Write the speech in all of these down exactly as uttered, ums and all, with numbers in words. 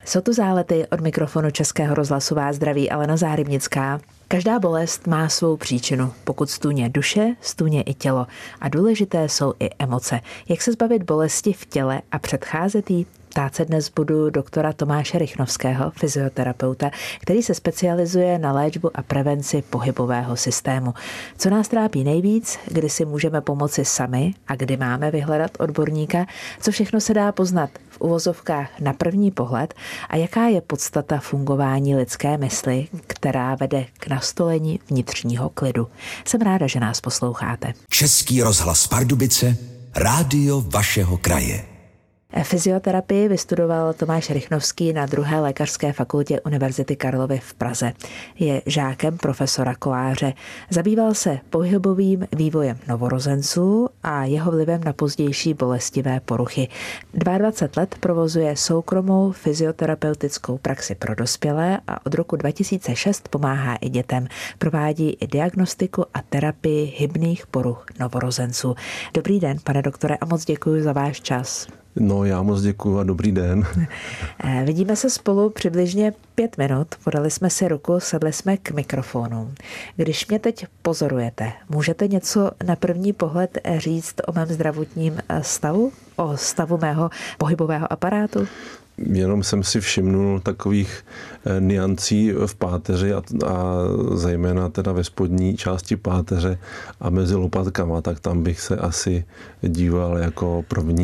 Jsou tu Zálety, od mikrofonu Českého rozhlasu vás zdraví Alena Záhrybnická. Každá bolest má svou příčinu. Pokud stůně duše, stůně i tělo. A důležité jsou i emoce. Jak se zbavit bolesti v těle a předcházet jí? Ptát se dnes budu doktora Tomáše Rychnovského, fyzioterapeuta, který se specializuje na léčbu a prevenci pohybového systému. Co nás trápí nejvíc, kdy si můžeme pomoci sami a kdy máme vyhledat odborníka, co všechno se dá poznat v uvozovkách na první pohled a jaká je podstata fungování lidské mysli, která vede k nastolení vnitřního klidu. Jsem ráda, že nás posloucháte. Český rozhlas Pardubice, rádio vašeho kraje. Fyzioterapii vystudoval Tomáš Rychnovský na druhé lékařské fakultě Univerzity Karlovy v Praze. Je žákem profesora Koláře. Zabýval se pohybovým vývojem novorozenců a jeho vlivem na pozdější bolestivé poruchy. dvacet dva let provozuje soukromou fyzioterapeutickou praxi pro dospělé a od roku dva tisíce šest pomáhá i dětem. Provádí i diagnostiku a terapii hybných poruch novorozenců. Dobrý den, pane doktore, a moc děkuji za váš čas. No, já moc děkuji a dobrý den. Vidíme se spolu přibližně pět minut, podali jsme si ruku, sedli jsme k mikrofonu. Když mě teď pozorujete, můžete něco na první pohled říct o mém zdravotním stavu? O stavu mého pohybového aparátu? Jenom jsem si všimnul takových niancí v páteři a, a zejména teda ve spodní části páteře a mezi lopatkama, tak tam bych se asi díval jako první.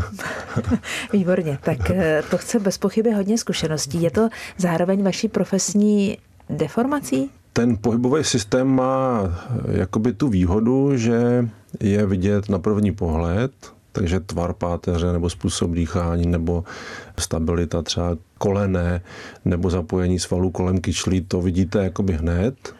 Výborně, tak to chce bez pochyby hodně zkušeností. Je to zároveň vaší profesní deformací? Ten pohybový systém má jakoby tu výhodu, že je vidět na první pohled, takže tvar páteře nebo způsob dýchání nebo stabilita třeba kolene nebo zapojení svalů kolem kyčlí, to vidíte jakoby hned.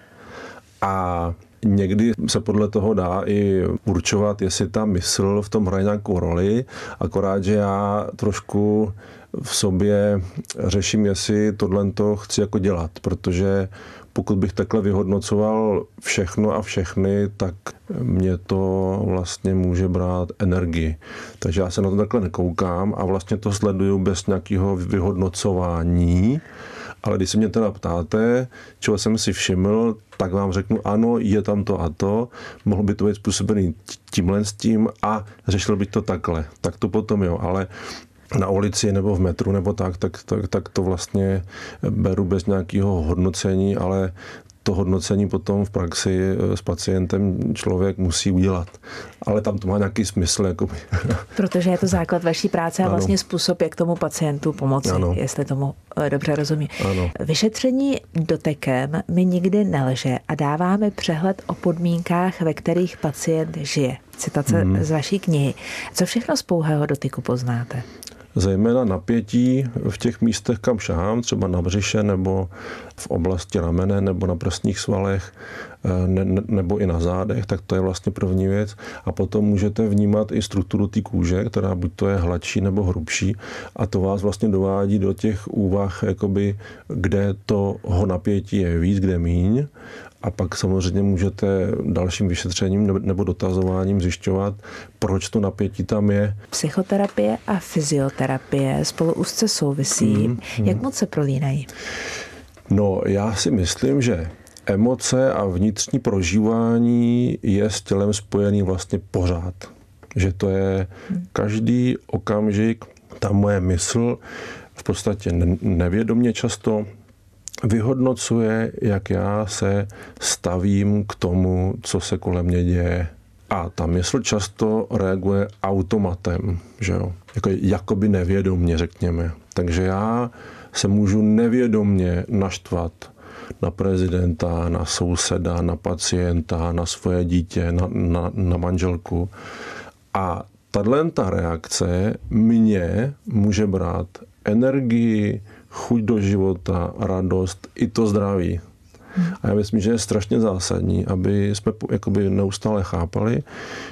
A někdy se podle toho dá i určovat, jestli ta mysl v tom hraje nějakou roli, akorát, že já trošku v sobě řeším, jestli tohle to chci jako dělat, protože pokud bych takhle vyhodnocoval všechno a všechny, tak mě to vlastně může brát energii. Takže já se na to takhle nekoukám a vlastně to sleduju bez nějakého vyhodnocování. Ale když se mě teda ptáte, čeho jsem si všiml, tak vám řeknu, ano, je tam to a to, mohlo by to být způsobený tímhle s tím a řešil bych to takhle. Tak to potom jo, ale na ulici nebo v metru nebo tak, tak, tak, tak to vlastně beru bez nějakého hodnocení, ale to hodnocení potom v praxi s pacientem člověk musí udělat. Ale tam to má nějaký smysl. Jakoby. Protože je to základ vaší práce a ano. Vlastně způsob, jak tomu pacientu pomoci, ano. Jestli tomu dobře rozumí. Ano. Vyšetření dotekem mi nikdy nelže a dáváme přehled o podmínkách, ve kterých pacient žije. Citace hmm. z vaší knihy. Co všechno z pouhého dotyku poznáte? Zejména napětí v těch místech, kam šahám, třeba na břiše nebo v oblasti ramene nebo na prsních svalech ne, ne, nebo i na zádech, tak to je vlastně první věc. A potom můžete vnímat i strukturu té kůže, která buď to je hladší nebo hrubší a to vás vlastně dovádí do těch úvah, jakoby, kde toho napětí je víc, kde míň. A pak samozřejmě můžete dalším vyšetřením nebo dotazováním zjišťovat, proč to napětí tam je. Psychoterapie a fyzioterapie spolu úzce souvisí. Mm, mm. Jak moc se prolínají? No, já si myslím, že emoce a vnitřní prožívání je s tělem spojený vlastně pořád. Že to je každý okamžik, ta moje mysl v podstatě nevědomě často vyhodnocuje, jak já se stavím k tomu, co se kolem mě děje. A ta mysl často reaguje automatem, že jo? Jako, jakoby nevědomně, řekněme. Takže já se můžu nevědomně naštvat na prezidenta, na souseda, na pacienta, na svoje dítě, na, na, na manželku. A tato ta reakce mě může brát energii, chuť do života, radost, i to zdraví. A já myslím, že je strašně zásadní, aby jsme jakoby neustále chápali,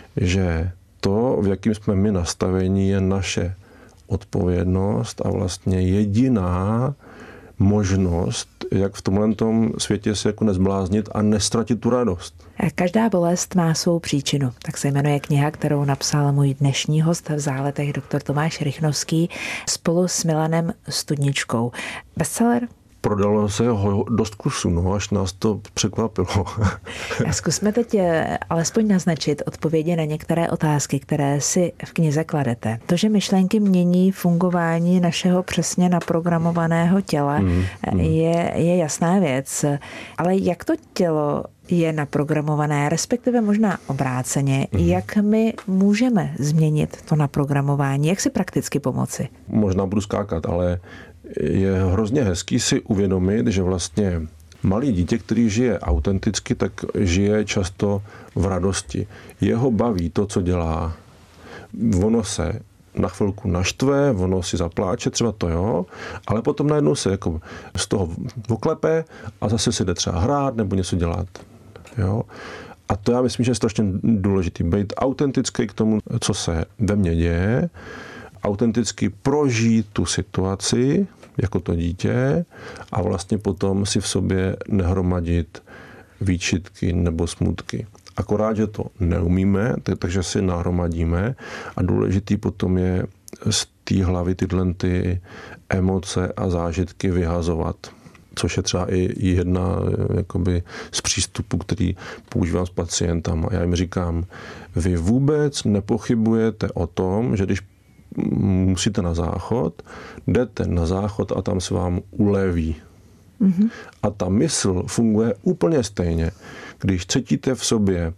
že to, v jakým jsme my nastavení, je naše odpovědnost a vlastně jediná možnost, jak v tomhle světě se jako nezbláznit a nestratit tu radost. Každá bolest má svou příčinu. Tak se jmenuje kniha, kterou napsal můj dnešní host v Záletech doktor Tomáš Rychnovský spolu s Milanem Studničkou. Bestseller? Prodalo se ho dost kusů, no, až nás to překvapilo. Zkusme teď alespoň naznačit odpovědi na některé otázky, které si v knize kladete. To, že myšlenky mění fungování našeho přesně naprogramovaného těla, mm, mm. Je, je jasná věc. Ale jak to tělo je naprogramované, respektive možná obráceně, mm. jak my můžeme změnit to naprogramování, jak si prakticky pomoci? Možná budu skákat, ale je hrozně hezký si uvědomit, že vlastně malý dítě, který žije autenticky, tak žije často v radosti. Jeho baví to, co dělá. Ono se na chvilku naštve, ono si zapláče, třeba to jo, ale potom najednou se jako z toho oklepe a zase si jde třeba hrát nebo něco dělat. Jo? A to já myslím, že je strašně důležitý. Být autentický k tomu, co se ve mně děje, autenticky prožít tu situaci jako to dítě a vlastně potom si v sobě nehromadit výčitky nebo smutky. Akorát, že to neumíme, takže si nahromadíme a důležitý potom je z té hlavy tyhle ty emoce a zážitky vyhazovat. Což je třeba i jedna jakoby, z přístupů, který používám s pacientama. Já jim říkám, vy vůbec nepochybujete o tom, že když musíte na záchod, jdete na záchod a tam se vám uleví. Mm-hmm. A ta mysl funguje úplně stejně. Když cítíte v sobě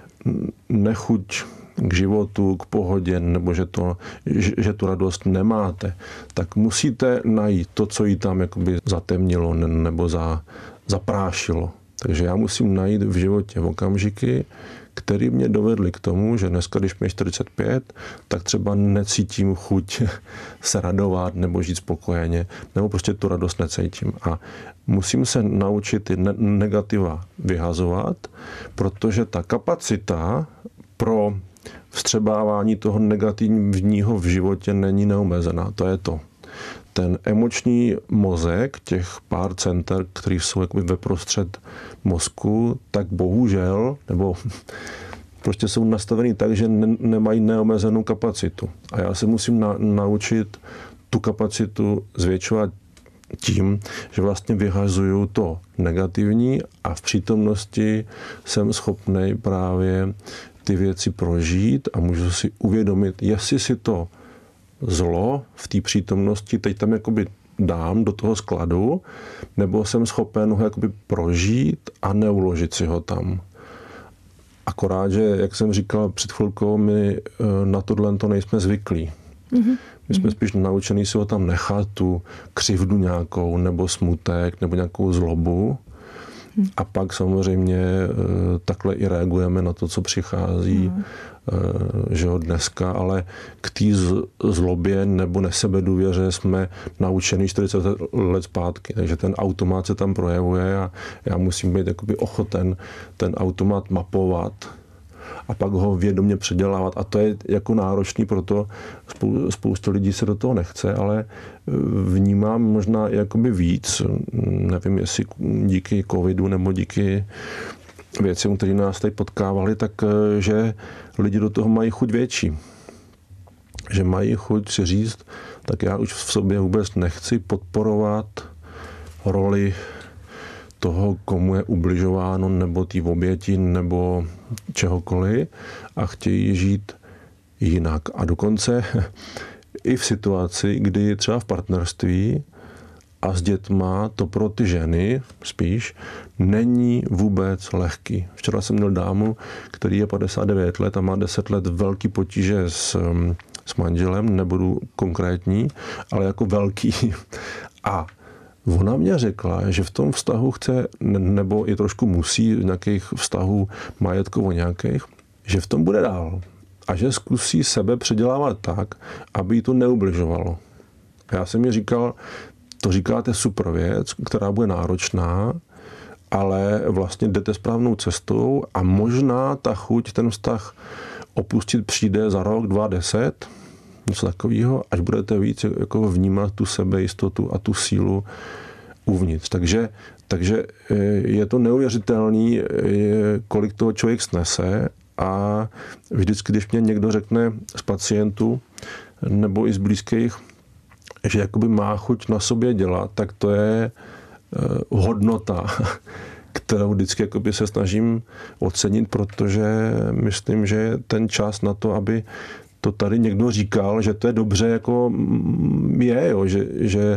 nechuť k životu, k pohodě, nebo že, to, že, že tu radost nemáte, tak musíte najít to, co jí tam jakoby zatemnilo nebo za, zaprášilo. Takže já musím najít v životě okamžiky, který mě dovedli k tomu, že dneska, když mě je čtyřicet pět, tak třeba necítím chuť se radovat nebo žít spokojeně, nebo prostě tu radost necítím. A musím se naučit ty negativa vyhazovat, protože ta kapacita pro vstřebávání toho negativního v životě není neomezená. To je to. Ten emoční mozek, těch pár center, které jsou jakoby ve prostřed mozku, tak bohužel, nebo prostě jsou nastavený tak, že ne, nemají neomezenou kapacitu. A já se musím na, naučit tu kapacitu zvětšovat tím, že vlastně vyhazuju to negativní a v přítomnosti jsem schopnej právě ty věci prožít a můžu si uvědomit, jestli si to zlo v té přítomnosti teď tam jakoby dám do toho skladu, nebo jsem schopen ho jakoby prožít a neuložit si ho tam. Akorát, že, jak jsem říkal před chvilkou, my na tohle to nejsme zvyklí. Mm-hmm. My jsme spíš naučení si ho tam nechat, tu křivdu nějakou, nebo smutek, nebo nějakou zlobu. A pak samozřejmě takhle i reagujeme na to, co přichází mm. že jo, dneska, ale k té zlobě nebo nesebedůvěře jsme naučení čtyřicet let zpátky, takže ten automat se tam projevuje a já musím být jakoby ochoten ten automat mapovat a pak ho vědomě předělávat. A to je jako náročný, proto spou- spoustu lidí se do toho nechce, ale vnímám možná i jakoby víc, nevím, jestli díky covidu nebo díky věcem, které nás tady potkávali, tak že lidi do toho mají chuť větší. Že mají chuť si říct, tak já už v sobě vůbec nechci podporovat roli toho, komu je ubližováno, nebo té oběti, nebo čehokoliv a chtějí žít jinak. A dokonce i v situaci, kdy třeba v partnerství a s dětma to pro ty ženy spíš není vůbec lehký. Včera jsem měl dámu, který je padesát devět let a má deset let velký potíže s, s manželem, nebudu konkrétní, ale jako velký. A ona mě řekla, že v tom vztahu chce, nebo i trošku musí, v nějakých vztahů majetkovo nějakých, že v tom bude dál. A že zkusí sebe předělávat tak, aby jí to neubližovalo. Já jsem mi říkal, to říkáte super věc, která bude náročná, ale vlastně jdete správnou cestou a možná ta chuť ten vztah opustit přijde za rok, dva, deset, něco takového, až budete víc jako vnímat tu sebejistotu a tu sílu uvnitř. Takže, takže je to neuvěřitelný, kolik toho člověk snese a vždycky, když mě někdo řekne z pacientů nebo i z blízkých, že jakoby má chuť na sobě dělat, tak to je hodnota, kterou vždycky jakoby se snažím ocenit, protože myslím, že ten čas na to, aby to tady někdo říkal, že to je dobře, jako je, jo, že, že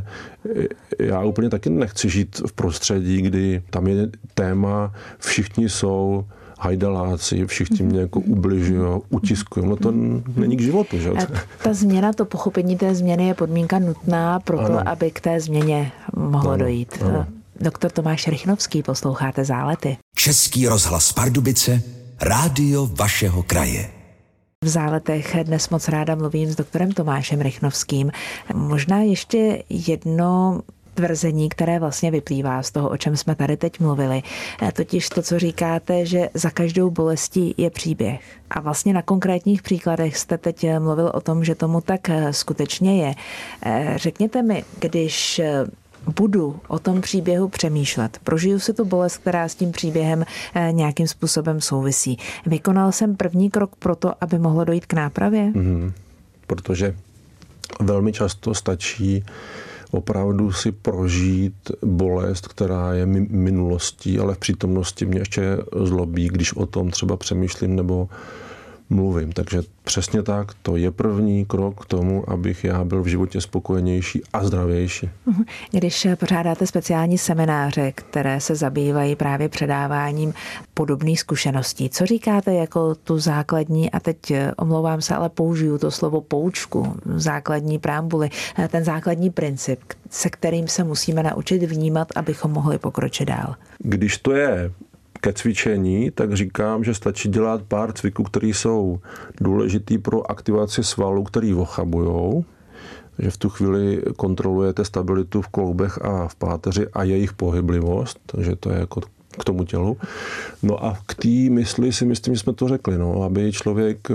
já úplně taky nechci žít v prostředí, kdy tam je téma, všichni jsou hajdaláci, všichni mě jako ubližují, utiskují. No to není k životu, že? Ta změna, to pochopení té změny je podmínka nutná pro to, aby k té změně mohlo ano, dojít. Ano. Doktor Tomáš Rychnovský, posloucháte Zálety. Český rozhlas Pardubice, rádio vašeho kraje. V Záletech dnes moc ráda mluvím s doktorem Tomášem Rychnovským. Možná ještě jedno tvrzení, které vlastně vyplývá z toho, o čem jsme tady teď mluvili. Totiž to, co říkáte, že za každou bolestí je příběh. A vlastně na konkrétních příkladech jste teď mluvil o tom, že tomu tak skutečně je. Řekněte mi, když budu o tom příběhu přemýšlet, prožiju si tu bolest, která s tím příběhem nějakým způsobem souvisí. Vykonal jsem první krok pro to, aby mohlo dojít k nápravě? Mm, protože velmi často stačí opravdu si prožít bolest, která je minulostí, ale v přítomnosti mě ještě zlobí, když o tom třeba přemýšlím nebo mluvím. Takže přesně tak, to je první krok k tomu, abych já byl v životě spokojenější a zdravější. Když pořádáte speciální semináře, které se zabývají právě předáváním podobných zkušeností, co říkáte jako tu základní, a teď omlouvám se, ale použiju to slovo poučku, základní preambuli, ten základní princip, se kterým se musíme naučit vnímat, abychom mohli pokročit dál? Když to je ke cvičení, tak říkám, že stačí dělat pár cviků, které jsou důležitý pro aktivaci svalů, který ochabujou, že v tu chvíli kontrolujete stabilitu v kloubech a v páteři a jejich pohyblivost, takže to je jako k tomu tělu. No a k té mysli si myslím, že jsme to řekli, no, aby člověk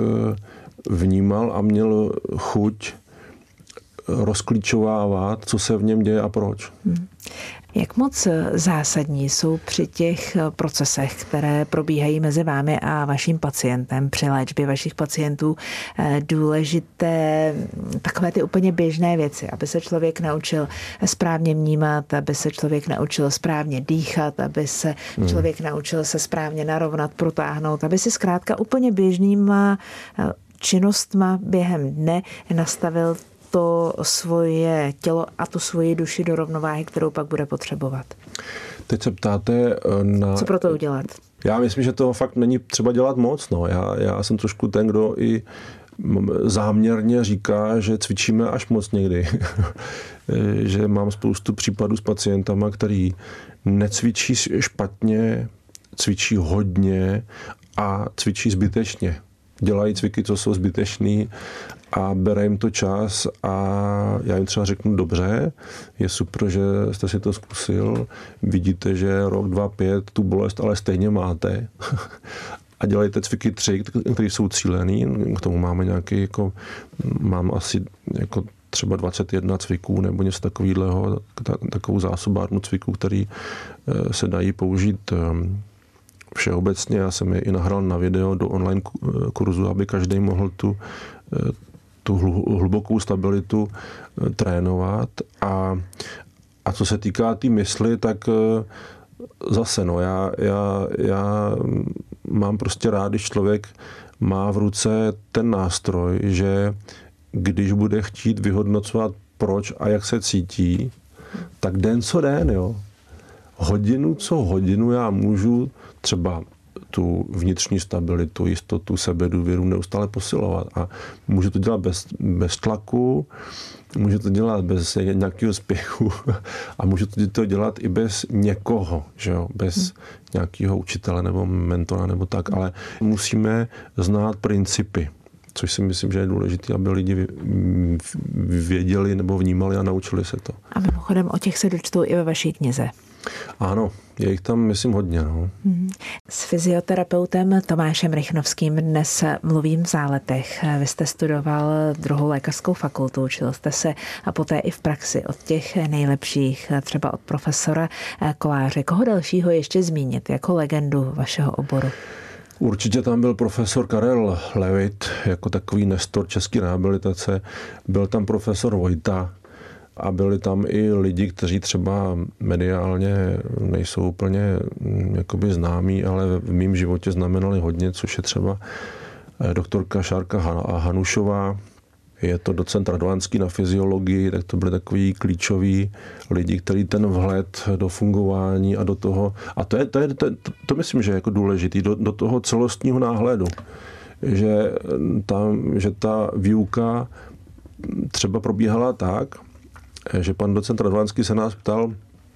vnímal a měl chuť rozklíčovávat, co se v něm děje a proč. Hmm. Jak moc zásadní jsou při těch procesech, které probíhají mezi vámi a vaším pacientem při léčbě vašich pacientů, důležité takové ty úplně běžné věci, aby se člověk naučil správně vnímat, aby se člověk naučil správně dýchat, aby se člověk naučil se správně narovnat, protáhnout, aby si zkrátka úplně běžnýma činnostma během dne nastavil to svoje tělo a tu svoji duši do rovnováhy, kterou pak bude potřebovat. Teď se ptáte na... Co pro to udělat? Já myslím, že to fakt není třeba dělat moc. No. Já, já jsem trošku ten, kdo i záměrně říká, že cvičíme až moc někdy. Že mám spoustu případů s pacientama, který necvičí špatně, cvičí hodně a cvičí zbytečně. Dělají cviky, co jsou zbytečný a bere jim to čas a já jim třeba řeknu, dobře, je super, že jste si to zkusil, vidíte, že rok, dva, pět tu bolest, ale stejně máte a dělejte cviky tři, které jsou cílený, k tomu máme nějaký, jako, mám asi jako třeba dvacet jedna cviků nebo něco takového, takovou zásobárnu cviků, který se dají použít všeobecně. Já jsem je i nahrál na video do online kurzu, aby každý mohl tu, tu hlubokou stabilitu trénovat. A, a co se týká té tý mysli, tak zase, no, já, já, já mám prostě rád, když člověk má v ruce ten nástroj, že když bude chtít vyhodnocovat proč a jak se cítí, tak den co den, jo. Hodinu co hodinu já můžu třeba tu vnitřní stabilitu, jistotu, sebedůvěru neustále posilovat. A můžu to dělat bez, bez tlaku, můžu to dělat bez nějakého spěchu a můžu to dělat i bez někoho, že jo? Bez hmm. nějakého učitele nebo mentora nebo tak, ale musíme znát principy, což si myslím, že je důležité, aby lidi věděli nebo vnímali a naučili se to. A mimochodem o těch se dočtou i ve vaší knize. Ano, je jich tam, myslím, hodně. No. S fyzioterapeutem Tomášem Rychnovským dnes mluvím v Záletech. Vy jste studoval druhou lékařskou fakultu, učil jste se a poté i v praxi od těch nejlepších, třeba od profesora Koláře. Koho dalšího ještě zmínit jako legendu vašeho oboru? Určitě tam byl profesor Karel Levit, jako takový nestor české rehabilitace. Byl tam profesor Vojta a byli tam i lidi, kteří třeba mediálně nejsou úplně jakoby známí, ale v mém životě znamenali hodně, což je třeba doktorka Šárka Hanušová. Je to docent Radovanský na fyziologii, tak to byly takový klíčoví lidi, kteří ten vhled do fungování a do toho, a to je, to, je, to, to, to myslím, že je jako důležitý, do, do toho celostního náhledu, že, tam, že ta výuka třeba probíhala tak, že pan docent Radovanský se nás ptal,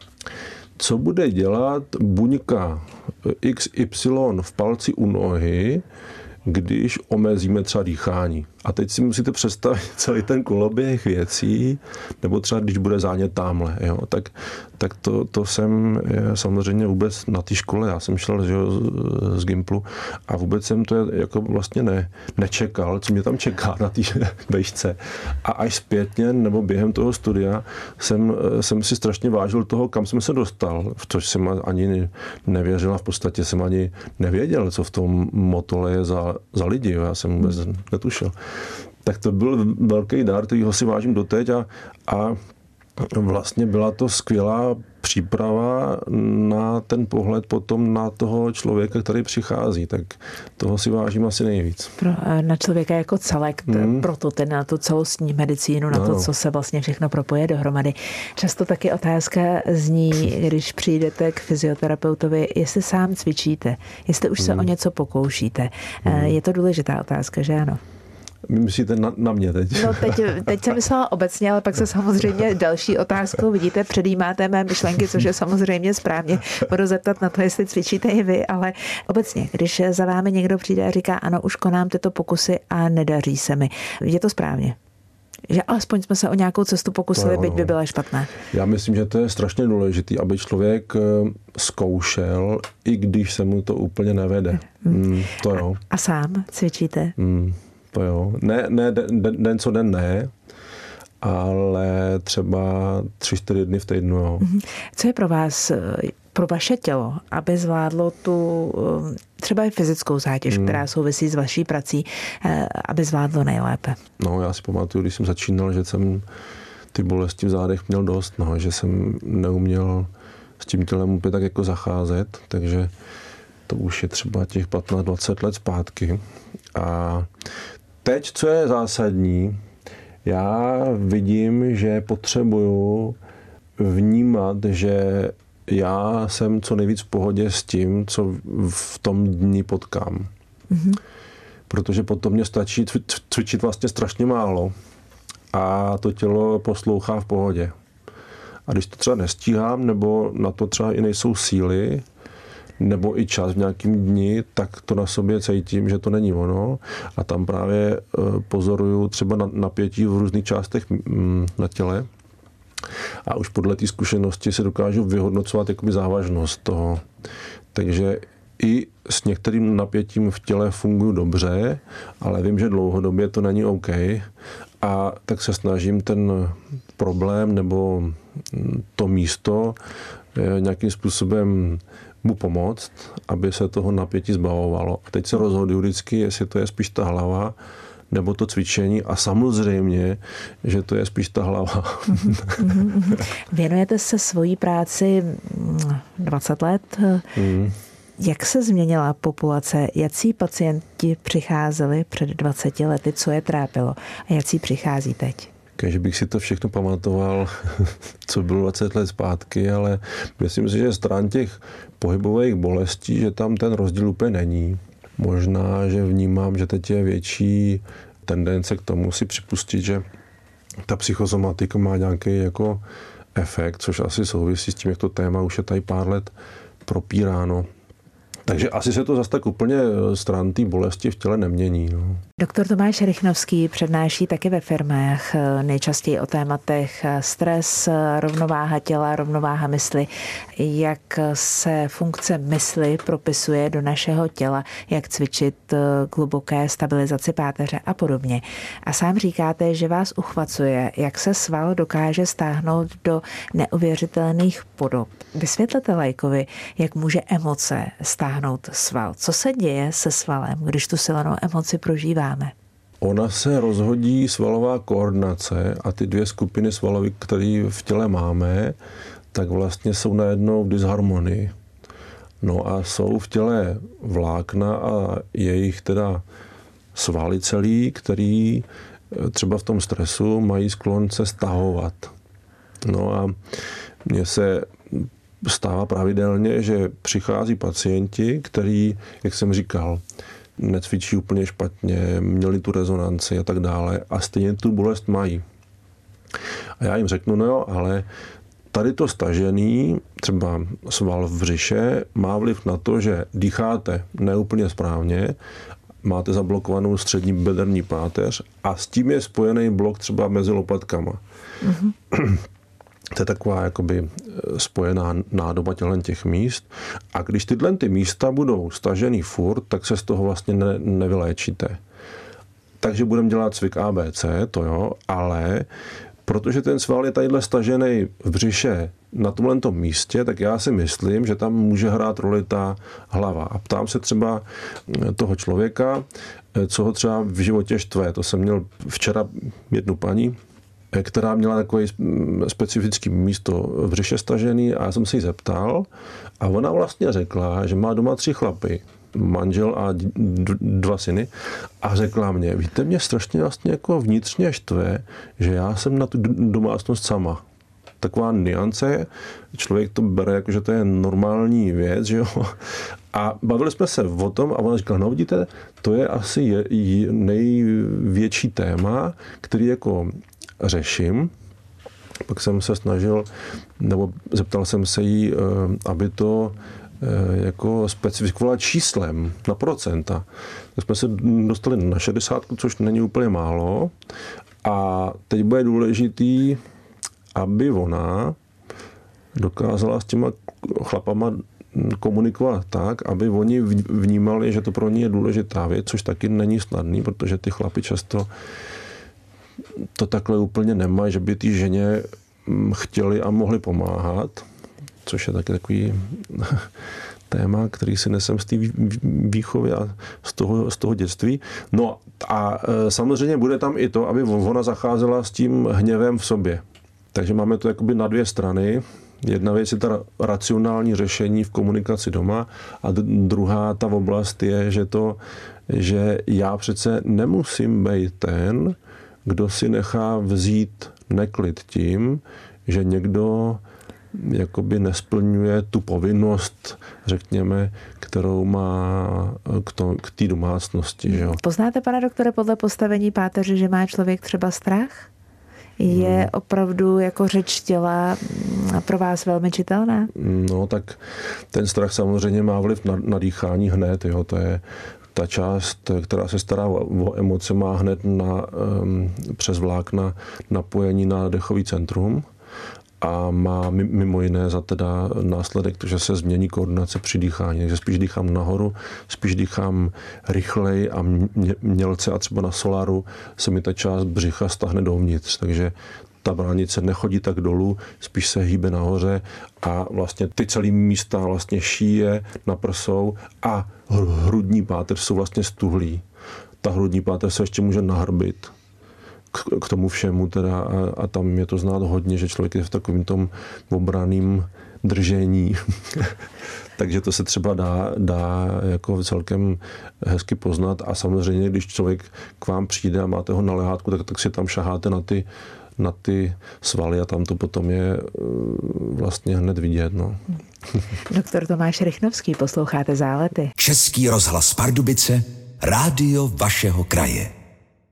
co bude dělat buňka iks ypsilon v palci u nohy, když omezíme třeba dýchání. A teď si musíte představit celý ten koloběh věcí, nebo třeba když bude zánět támhle, jo, tak, tak to, to jsem samozřejmě vůbec na té škole, já jsem šel že, z Gimplu a vůbec jsem to jako vlastně ne, nečekal, co mě tam čeká na té vejšce. A až zpětně, nebo během toho studia jsem, jsem si strašně vážil toho, kam jsem se dostal, v což jsem ani nevěřil a v podstatě jsem ani nevěděl, co v tom Motole je za, za lidi, jo, já jsem vůbec netušil. Tak to byl velký dar, kterýho si vážím doteď a, a vlastně byla to skvělá příprava na ten pohled potom na toho člověka, který přichází, tak toho si vážím asi nejvíc. Pro, na člověka jako celek, mm. proto ten na tu celostní medicínu, na no. to, co se vlastně všechno propoje dohromady. Často taky otázka zní, když přijdete k fyzioterapeutovi, jestli sám cvičíte, jestli už mm. se o něco pokoušíte. Mm. Je to důležitá otázka, že ano? Vy myslíte na, na mě teď? No teď, teď jsem myslela obecně, ale pak se samozřejmě další otázkou, vidíte, předjímáte mé myšlenky, což je samozřejmě správně. Budu zeptat na to, jestli cvičíte i vy, ale obecně, když za vámi někdo přijde a říká, ano, už konám tyto pokusy a nedaří se mi. Je to správně? Že alespoň jsme se o nějakou cestu pokusili, byť by byla špatná. Já myslím, že to je strašně důležitý, aby člověk zkoušel, i když se mu to úplně nevede. Hmm. Mm, to jo. A, a sám cvičíte? Mm. To jo. Ne, ne den, den co den ne, ale třeba tři, čtyři dny v týdnu. Jo. Co je pro vás, pro vaše tělo, aby zvládlo tu třeba i fyzickou zátěž, hmm. která souvisí s vaší prací, aby zvládlo nejlépe? No, já si pamatuju, když jsem začínal, že jsem ty bolesti v zádech měl dost, no, že jsem neuměl s tím tělem úplně tak jako zacházet, takže to už je třeba těch patnáct dvacet let zpátky. A teď, co je zásadní, já vidím, že potřebuju vnímat, že já jsem co nejvíc v pohodě s tím, co v tom dni potkám. Mm-hmm. Protože potom mě stačí cvičit vlastně strašně málo a to tělo poslouchá v pohodě. A když to třeba nestíhám, nebo na to třeba i nejsou síly, nebo i čas v nějakým dni, tak to na sobě cítím, že to není ono. A tam právě pozoruju třeba napětí v různých částech na těle. A už podle té zkušenosti se dokážu vyhodnocovat jakoby závažnost toho. Takže i s některým napětím v těle funguji dobře, ale vím, že dlouhodobě to není OK. A tak se snažím ten problém nebo to místo nějakým způsobem mu pomoct, aby se toho napětí zbavovalo. A teď se rozhoduju vždycky, jestli to je spíš ta hlava, nebo to cvičení a samozřejmě, že to je spíš ta hlava. Věnujete se svojí práci dvacet let. Mm. Jak se změnila populace? Jací pacienti přicházeli před dvaceti lety? Co je trápilo? A jací přichází teď? Kež bych si to všechno pamatoval, co bylo dvacet let zpátky, ale myslím si, že stran těch pohybových bolestí, že tam ten rozdíl úplně není. Možná, že vnímám, že teď je větší tendence k tomu si připustit, že ta psychosomatika má nějaký jako efekt, což asi souvisí s tím, jak to téma už je tady pár let propíráno. Takže asi se to zase tak úplně stran té bolesti v těle nemění. No. Doktor Tomáš Rychnovský přednáší taky ve firmách nejčastěji o tématech stres, rovnováha těla, rovnováha mysli, jak se funkce mysli propisuje do našeho těla, jak cvičit k hluboké stabilizaci páteře a podobně. A sám říkáte, že vás uchvacuje, jak se sval dokáže stáhnout do neuvěřitelných podob. Vysvětlete laikovi, jak může emoce stáhnout sval. Co se děje se svalem, když tu silnou emoci prožíváme? Ona se rozhodí svalová koordinace a ty dvě skupiny svalové, které v těle máme, tak vlastně jsou najednou v disharmonii. No a jsou v těle vlákna a jejich teda svaly celý, který třeba v tom stresu mají sklon se stahovat. No a mně se stává pravidelně, že přichází pacienti, který, jak jsem říkal, necvičí úplně špatně, měli tu rezonanci a tak dále a stejně tu bolest mají. A já jim řeknu, no jo, ale tady to stažený, třeba sval v břiše, má vliv na to, že dýcháte neúplně správně, máte zablokovanou střední bederní páteř a s tím je spojený blok třeba mezi lopatkama. Mm-hmm. To je taková jakoby spojená nádoba těch míst. A když tyhle ty místa budou stažený furt, tak se z toho vlastně ne, nevyléčíte. Takže budeme dělat cvik A B C, to jo, ale protože ten sval je tadyhle stažený v břiše na tomhle místě, tak já si myslím, že tam může hrát roli ta hlava. A ptám se třeba toho člověka, co ho třeba v životě štve. To jsem měl včera jednu paní, která měla takové specifické místo v břiše stažený a já jsem se jí zeptal a ona vlastně řekla, že má doma tři chlapy, manžel a dva syny a řekla mě, víte, mě strašně vlastně jako vnitřně štve, že já jsem na tu domácnost sama. Taková niance, člověk to bere jako, že to je normální věc, že jo. A bavili jsme se o tom a ona říkala, no vidíte, to je asi je, je největší téma, který jako řeším. Pak jsem se snažil, nebo zeptal jsem se jí, aby to jako specifikovala číslem na procenta. Tak jsme se dostali na šedesátku, což není úplně málo. A teď bude důležitý, aby ona dokázala s těma chlapama komunikovat tak, aby oni vnímali, že to pro ně je důležitá věc, což taky není snadný, protože ty chlapi často to takhle úplně nemají, že by ty ženě chtěli a mohli pomáhat, což je taky takový téma, který si nesem z té výchovy a z toho, z toho dětství. No a samozřejmě bude tam i to, aby ona zacházela s tím hněvem v sobě. Takže máme to jakoby na dvě strany. Jedna věc je ta racionální řešení v komunikaci doma a druhá ta oblast je, že to, že já přece nemusím být ten, kdo si nechá vzít neklid tím, že někdo jakoby nesplňuje tu povinnost, řekněme, kterou má k, to, k té domácnosti. Jo. Poznáte, pane doktore, podle postavení páteře, že má člověk třeba strach? Je hmm. opravdu jako řeč těla pro vás velmi čitelná? No, tak ten strach samozřejmě má vliv na, na dýchání hned. Jo. To je ta část, která se stará o emoce, má hned na, um, přes vlákna napojení na dechový centrum a má mimo jiné za teda následek to, že se změní koordinace při dýchání. Takže spíš dýchám nahoru, spíš dýchám rychleji a mělce a třeba na soláru se mi ta část břicha stáhne dovnitř. Takže ta bránice nechodí tak dolů, spíš se hýbe nahoře a vlastně ty celý místa vlastně šíje na prsou a hrudní páteř jsou vlastně stuhlí. Ta hrudní páteř se ještě může nahrbit k tomu všemu teda a, a tam je to znát hodně, že člověk je v takovém tom obraným držení. Takže to se třeba dá, dá jako celkem hezky poznat a samozřejmě, když člověk k vám přijde a máte ho na lehátku, tak, tak si tam šaháte na ty, na ty svaly a tam to potom je vlastně hned vidět. No. Doktor Tomáš Rychnovský, posloucháte Zálety. Český rozhlas Pardubice, rádio vašeho kraje.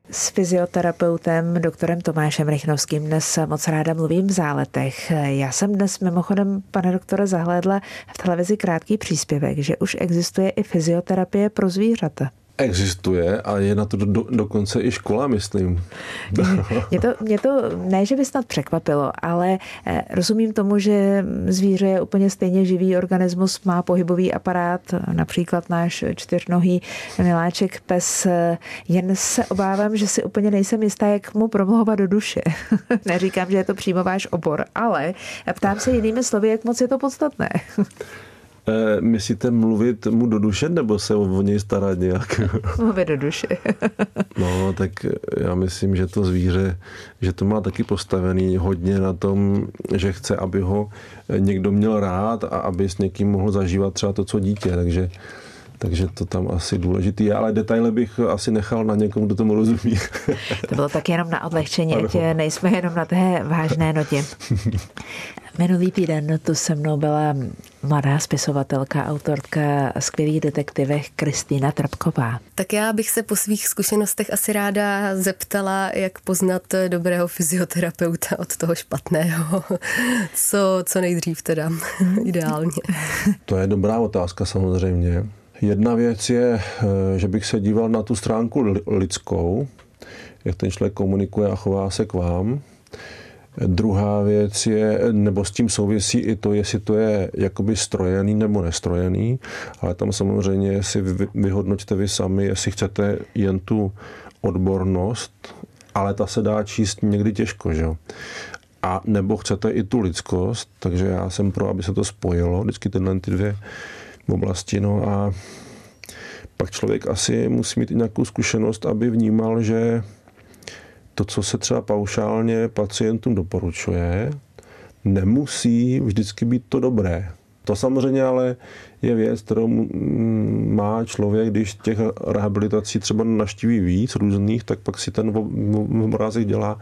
S fyzioterapeutem doktorem Tomášem Rychnovským dnes moc ráda mluvím v Záletech. Já jsem dnes mimochodem, pane doktore, zahlédla v televizi krátký příspěvek, že už existuje i fyzioterapie pro zvířata. Existuje a je na to do, dokonce i škola, myslím. Mě to, mě to ne, že by snad překvapilo, ale rozumím tomu, že zvíře je úplně stejně živý organismus, má pohybový aparát, například náš čtyřnohý miláček pes. Jen se obávám, že si úplně nejsem jistá, jak mu promlouvat do duše. Neříkám, že je to přímo váš obor, ale ptám se jinými slovy, jak moc je to podstatné. E, myslíte mluvit mu do duše, nebo se o něj starat nějak? Mluvit do duše. No, tak já myslím, že to zvíře, že to má taky postavený hodně na tom, že chce, aby ho někdo měl rád a aby s někým mohl zažívat třeba to, co dítě, takže Takže to tam asi důležitý je, ale detaily bych asi nechal na někomu, kdo tomu rozumí. To bylo tak jenom na odlehčení, ať nejsme jenom na té vážné notě. Minulý týden tu se mnou byla mladá spisovatelka, autorka skvělých detektivech Kristýna Trpková. Tak já bych se po svých zkušenostech asi ráda zeptala, jak poznat dobrého fyzioterapeuta od toho špatného. Co, co nejdřív teda, ideálně. To je dobrá otázka samozřejmě. Jedna věc je, že bych se díval na tu stránku lidskou, jak ten člověk komunikuje a chová se k vám. Druhá věc je, nebo s tím souvisí i to, jestli to je jakoby strojený nebo nestrojený, ale tam samozřejmě si vyhodnoťte vy sami, jestli chcete jen tu odbornost, ale ta se dá číst někdy těžko, že jo. A nebo chcete i tu lidskost, takže já jsem pro, aby se to spojilo, vždycky tyhle ty dvě oblasti, no a pak člověk asi musí mít i nějakou zkušenost, aby vnímal, že to, co se třeba paušálně pacientům doporučuje, nemusí vždycky být to dobré. To samozřejmě ale je věc, kterou má člověk, když těch rehabilitací třeba navštíví víc různých, tak pak si ten obrázek dělá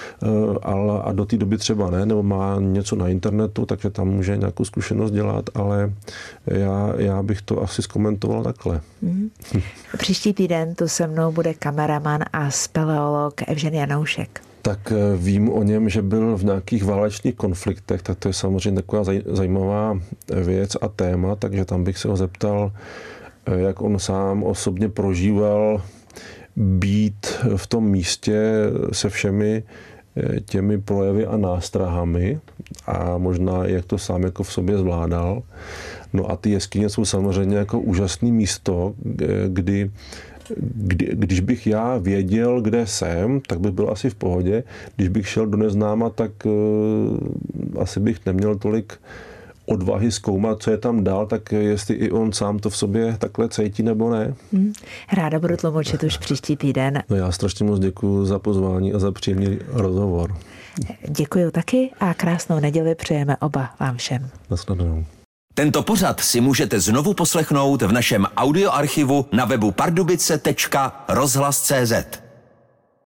a do té doby třeba ne, nebo má něco na internetu, takže tam může nějakou zkušenost dělat, ale já, já bych to asi zkomentoval takhle. Mm. Příští týden tu se mnou bude kameraman a speleolog Evžen Janoušek. Tak vím o něm, že byl v nějakých válečných konfliktech, tak to je samozřejmě taková zajímavá věc a téma, takže tam bych se ho zeptal, jak on sám osobně prožíval být v tom místě se všemi těmi projevy a nástrahami a možná jak to sám jako v sobě zvládal. No a ty jeskyně jsou samozřejmě jako úžasné místo, kdy Kdy, když bych já věděl, kde jsem, tak bych byl asi v pohodě. Když bych šel do neznáma, tak uh, asi bych neměl tolik odvahy zkoumat, co je tam dál, tak jestli i on sám to v sobě takhle cítí nebo ne. Hmm. Ráda budu tlumočit už příští týden. No já strašně moc děkuji za pozvání a za příjemný rozhovor. Děkuji taky a krásnou neděli přejeme oba vám všem. Nasledanou. Tento pořad si můžete znovu poslechnout v našem audioarchivu na webu pardubice tečka rozhlas tečka cé zet.